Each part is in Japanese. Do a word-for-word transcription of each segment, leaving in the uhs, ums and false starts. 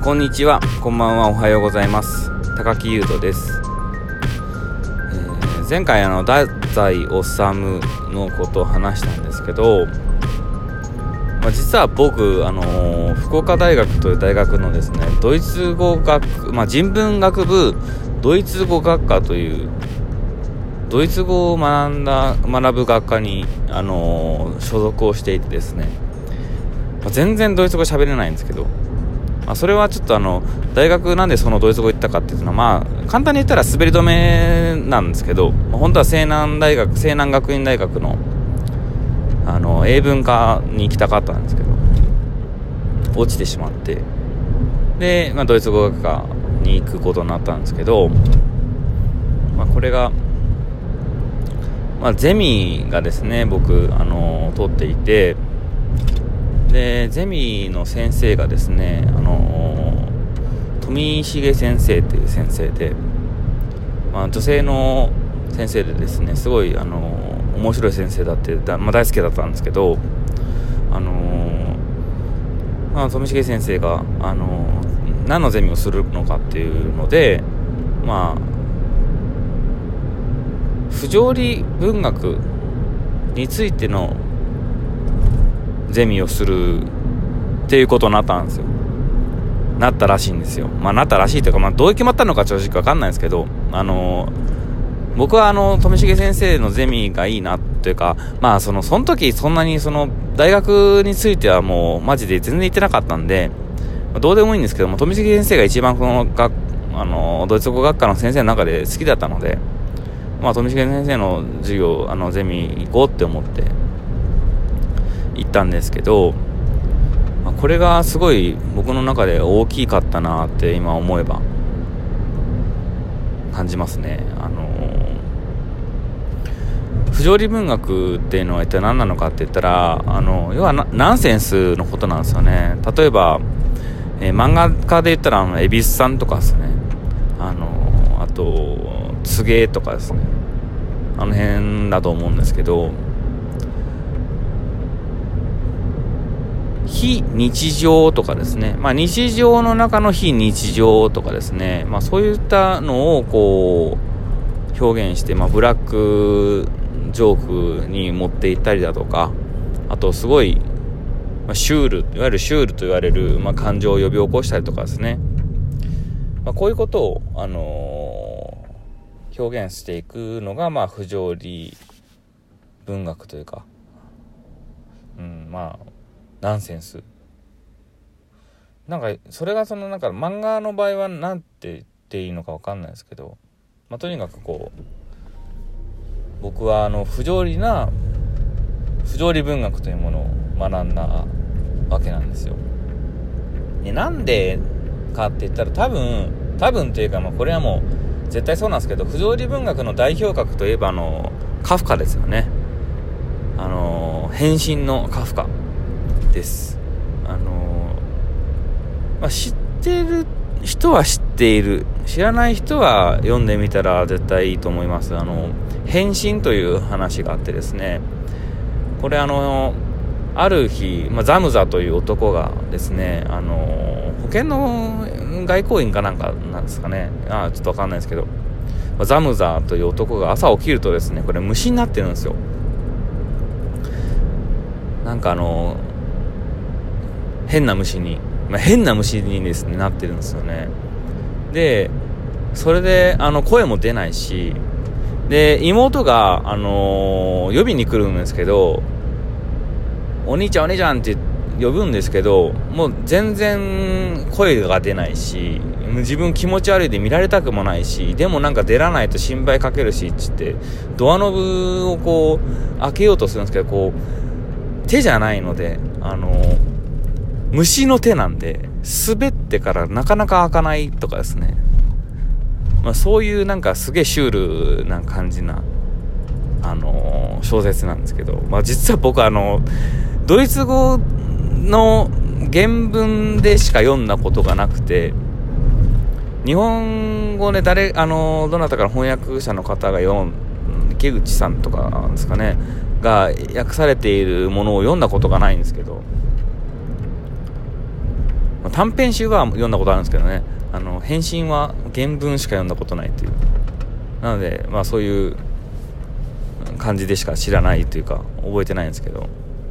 こんにちは、こんばんは、おはようございます。高木優斗です。えー、前回あの太宰治のことを話したんですけど、まあ、実は僕、あのー、福岡大学という大学のですね、ドイツ語学、まあ、人文学部ドイツ語学科というドイツ語を学んだ学ぶ学科に、あのー、所属をしていてですね、まあ、全然ドイツ語喋れないんですけど、まあ、それはちょっとあの大学なんでそのドイツ語行ったかっていうのは、まあ簡単に言ったら滑り止めなんですけど、まあ、本当は西南大学西南学院大学のあの英文科に行きたかったんですけど、落ちてしまって、で、まあ、ドイツ語学科に行くことになったんですけど、まあ、これが、まあ、ゼミがですね、僕あの取っていて、でゼミの先生がですね、あの富重先生っていう先生で、まあ、女性の先生でですね、すごいあの面白い先生だってだ、まあ、大好きだったんですけど、あのまあ、富重先生があの何のゼミをするのかっていうので、まあ不条理文学についてのゼミをするっていうことになったんですよ。なったらしいんですよ。まあなったらしいというか、まあどう決まったのか正直わかんないんですけど、あの僕はあの富重先生のゼミがいいなというか、まあそのその時そんなにその大学についてはもうマジで全然行ってなかったんで、まあ、どうでもいいんですけども、富重先生が一番この学あのドイツ語学科の先生の中で好きだったので、まあ富重先生の授業あのゼミ行こうって思って行ったんですけど、まあ、これがすごい僕の中で大きかったなって今思えば感じますね。あのー、不条理文学っていうのは一体何なのかって言ったら、あの要はナンセンスのことなんですよね。例えば、えー、漫画家で言ったらあの蛭子さんとかですね、あのー、あと柘植とかですね、あの辺だと思うんですけど、非日常とかですね、まあ日常の中の非日常とかですね、まあそういったのをこう表現して、まあブラックジョークに持っていったりだとか、あとすごい、まあ、シュール、いわゆるシュールと言われる、まあ、感情を呼び起こしたりとかですね、まあ、こういうことを、あのー、表現していくのが、まあ不条理文学というか、うん、まあナンセンスなんかそれがそのなんか漫画の場合はなんて言っていいのか分かんないですけど、まあ、とにかくこう僕はあの不条理な不条理文学というものを学んだわけなんですよ。でなんでかって言ったら多分多分というか、まあこれはもう絶対そうなんですけど、不条理文学の代表格といえばあのカフカですよね。あの変身のカフカです。あのーまあ、知ってる人は知っている、知らない人は読んでみたら絶対いいと思います。あの変身という話があってですね、これあのある日、まあ、ザムザという男がですね、あの保険の外交員かなんかなんですかね、あちょっとわかんないですけど、まあ、ザムザという男が朝起きるとですね、これ虫になってるんですよ。なんかあの変な虫に、まあ、変な虫にですねなってるんですよね。でそれであの声も出ないし、で妹が、あのー、呼びに来るんですけど、お兄ちゃんお兄ちゃんって呼ぶんですけど、もう全然声が出ないし、自分気持ち悪いで見られたくもないし、でもなんか出らないと心配かけるしっつってドアノブをこう開けようとするんですけど、こう手じゃないので、あのー虫の手なんで滑ってからなかなか開かないとかですね、まあ、そういうなんかすげえシュールな感じな、あのー、小説なんですけど、まあ、実は僕あのドイツ語の原文でしか読んだことがなくて、日本語で誰あのー、どなたかの翻訳者の方が読ん池口さんとかですかねが訳されているものを読んだことがないんですけど、 短編集は読んだことあるんですけどね、あの変身は原文しか読んだことないという。なのでまあそういう感じでしか知らないというか覚えてないんですけど、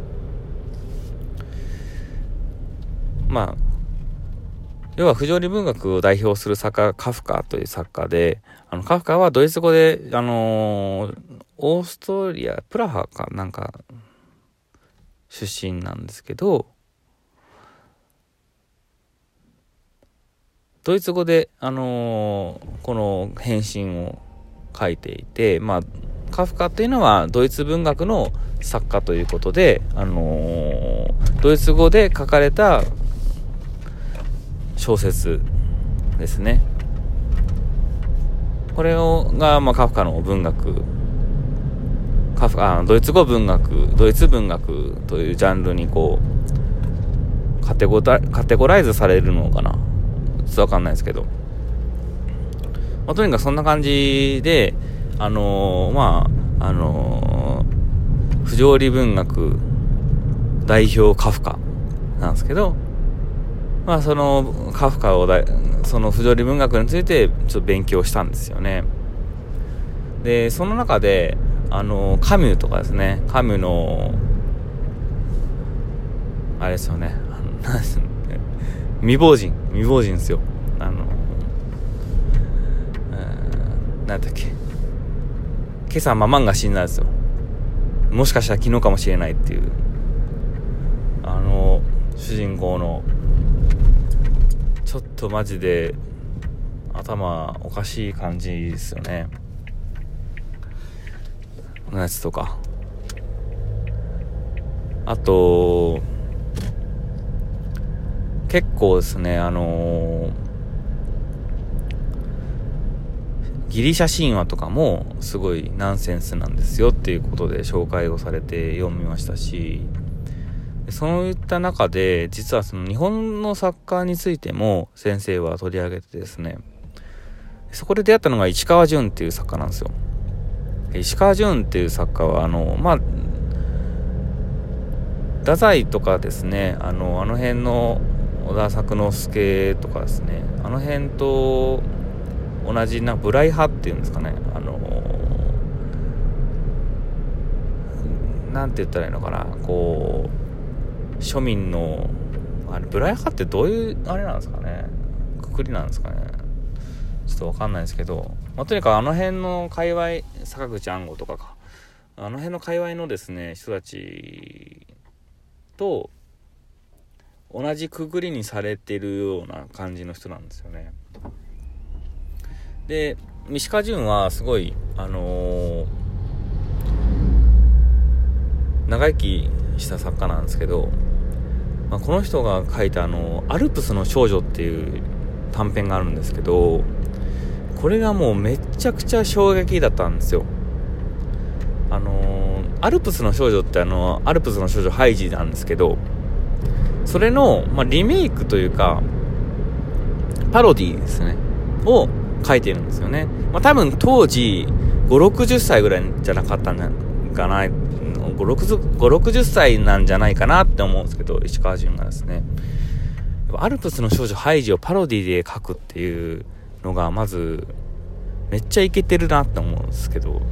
まあ要は不条理文学を代表する作家カフカという作家で、あのカフカはドイツ語であのー、オーストリアプラハかなんか出身なんですけど、ドイツ語で、あのー、この変身を書いていて、まあカフカというのはドイツ文学の作家ということで、あのー、ドイツ語で書かれた小説ですね。これをが、まあ、カフカの文学、カフカ、あ、ドイツ語文学、ドイツ文学というジャンルにこうカテゴラ、カテゴライズされるのかな、ちょっとわかんないですけど、まあ、とにかくそんな感じで、あのー、まああのー、不条理文学代表カフカなんですけど、まあそのカフカをだその不条理文学についてちょっと勉強したんですよね。でその中であのカミュとかですね、カミュのあれですよね、未亡人未亡人ですよ。あの、えー、なんだっけ、今朝ママンが死んだんですよ。もしかしたら昨日かもしれないっていう、あの主人公のちょっとマジで頭おかしい感じですよねのやつとか、あと結構ですね、あのー、ギリシャ神話とかもすごいナンセンスなんですよっていうことで紹介をされて読みましたし、そういった中で実はその日本の作家についても先生は取り上げてですね、そこで出会ったのが市川淳っていう作家なんですよ。石川淳っていう作家はあのまあ太宰とかですね、あのあの辺の小田作之助とかですね、あの辺と同じなブライ派っていうんですかね、あのなんて言ったらいいのかな、こう庶民のあれブライ派ってどういうあれなんですかね、くくりなんですかね、ちょっとわかんないですけど、まあ、とにかくあの辺の界隈、坂口安吾とかか、あの辺の界隈のですね人たちと同じくくりにされているような感じの人なんですよね。で石川淳はすごいあのー、長生きした作家なんですけど、まあ、この人が書いたあのアルプスの少女っていう短編があるんですけど、これがもうめちゃくちゃ衝撃だったんですよ。あのー、アルプスの少女ってあのアルプスの少女ハイジなんですけど、それの、まあ、リメイクというかパロディですねを書いてるんですよね。まあ、多分当時ごじゅうろくじゅっさいぐらいじゃなかったんじゃないごじゅうろくじゅっさいなんじゃないかなって思うんですけど、石川淳がですねアルプスの少女ハイジをパロディで書くっていうのがまずめっちゃイケてるなって思うんですけど、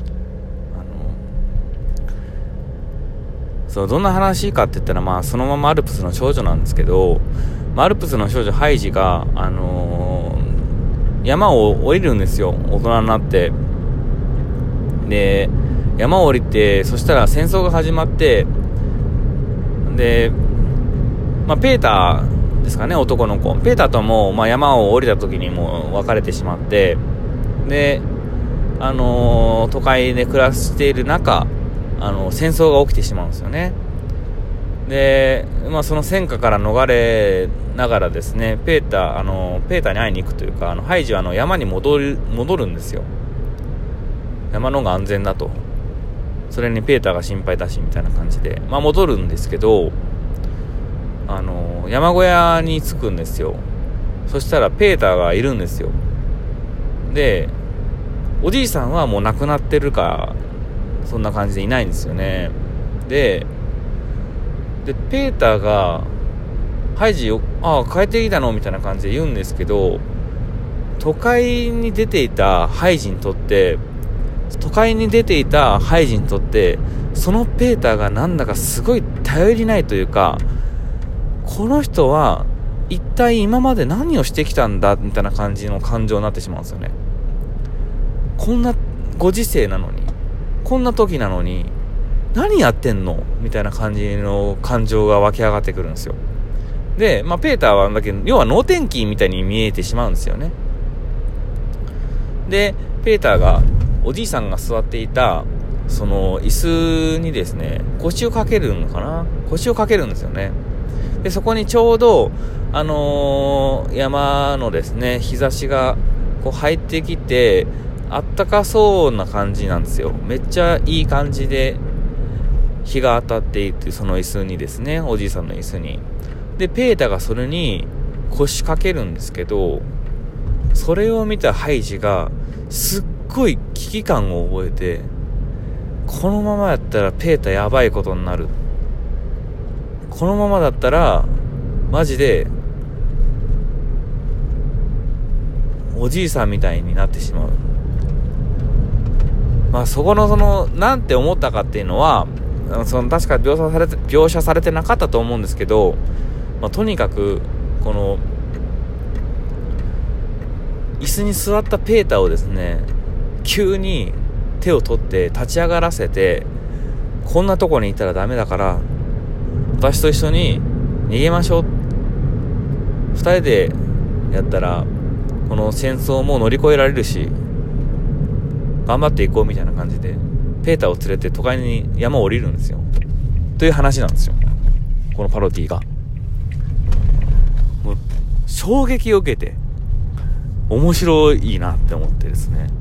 そうどんな話かって言ったら、まあそのままアルプスの少女なんですけど、まあ、アルプスの少女ハイジが、あのー、山を降りるんですよ、大人になって。で山を降りて、そしたら戦争が始まって、で、まあ、ペーターですかね、男の子ペーターとも、まあ、山を降りた時にもう別れてしまって、で、あのー、都会で暮らしている中、あの戦争が起きてしまうんですよね。で、まあ、その戦火から逃れながらですね、ペーターあのペーターに会いに行くというか、あのハイジはあの山に戻る戻るんですよ。山の方が安全だと、それにペーターが心配だしみたいな感じで、まあ、戻るんですけど、あの山小屋に着くんですよ。そしたらペーターがいるんですよ。でおじいさんはもう亡くなってるかそんな感じでいないんですよね。で、でペーターがハイジよ、ああ帰ってきたのみたいな感じで言うんですけど、都会に出ていたハイジにとって都会に出ていたハイジにとってそのペーターがなんだかすごい頼りないというか、この人は一体今まで何をしてきたんだみたいな感じの感情になってしまうんですよね。こんなご時世なのに、こんな時なのに何やってんのみたいな感じの感情が湧き上がってくるんですよ。で、まあ、ペーターはだけど要は能天気みたいに見えてしまうんですよね。で、ペーターがおじいさんが座っていたその椅子にですね、腰をかけるのかな腰をかけるんですよね。で、そこにちょうどあのー、山のですね日差しがこう入ってきてあったかそうな感じなんですよ。めっちゃいい感じで日が当たっていて、その椅子にですね、おじいさんの椅子に。で、ペーターがそれに腰かけるんですけど、それを見たハイジがすっごい危機感を覚えて、このままやったらペーターやばいことになる、このままだったらマジでおじいさんみたいになってしまう。まあそこのそのなんて思ったかっていうのはその確か描写されて描写されてなかったと思うんですけど、まあ、とにかくこの椅子に座ったペーターをですね、急に手を取って立ち上がらせて、こんなとこにいたらダメだから私と一緒に逃げましょう、二人でやったらこの戦争も乗り越えられるし頑張っていこうみたいな感じでペーターを連れて都会に山を降りるんですよという話なんですよ、このパロディが。もう衝撃を受けて面白いなって思ってですね、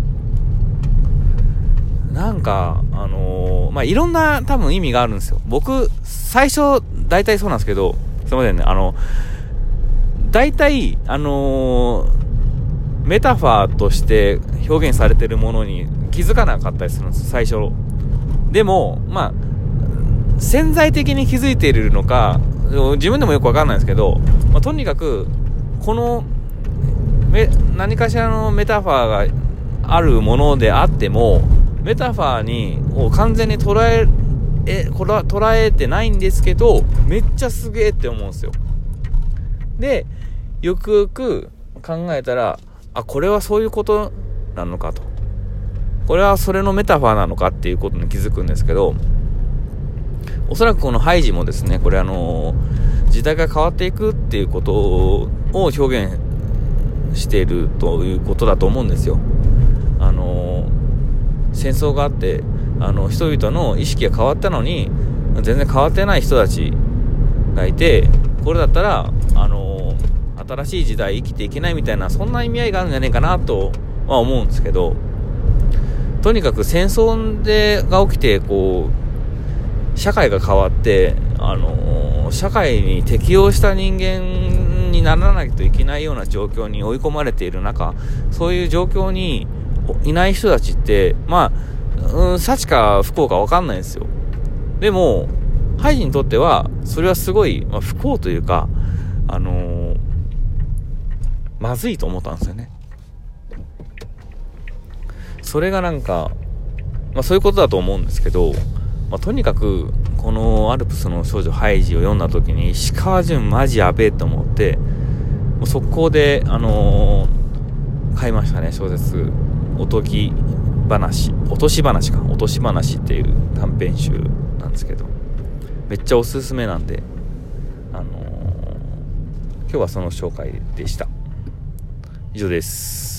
なんかあのー、まあいろんな多分意味があるんですよ。僕最初大体そうなんですけど、すいませんね、あの大体あのー、メタファーとして表現されているものに気づかなかったりするんです最初。でもまあ潜在的に気づいているのか自分でもよくわかんないんですけど、まあ、とにかくこのめ何かしらのメタファーがあるものであってもメタファーにを完全に捉ええこれは捉えてないんですけど、めっちゃすげえって思うんですよ。でよくよく考えたら、あ、これはそういうことなのかと、これはそれのメタファーなのかっていうことに気づくんですけど、おそらくこのハイジもですね、これあの時代が変わっていくっていうことを表現しているということだと思うんですよ。あの戦争があってあの人々の意識が変わったのに全然変わってない人たちがいて、これだったらあの新しい時代生きていけないみたいな、そんな意味合いがあるんじゃないかなとは思うんですけど、とにかく戦争でが起きてこう社会が変わってあの社会に適応した人間にならないといけないような状況に追い込まれている中、そういう状況にいない人たちってまあ、うん、幸か不幸か分かんないんですよ。でもハイジにとってはそれはすごい、まあ、不幸というかあのー、まずいと思ったんですよね。それがなんか、まあ、そういうことだと思うんですけど、まあ、とにかくこのアルプスの少女ハイジを読んだ時に石川純マジやべえと思って、もう速攻であのー、買いましたね、小説おとぎ話落とし話か落とし話っていう短編集なんですけど、めっちゃおすすめなんで、あのー、今日はその紹介でした。以上です。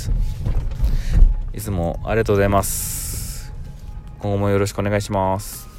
いつもありがとうございます。今後もよろしくお願いします。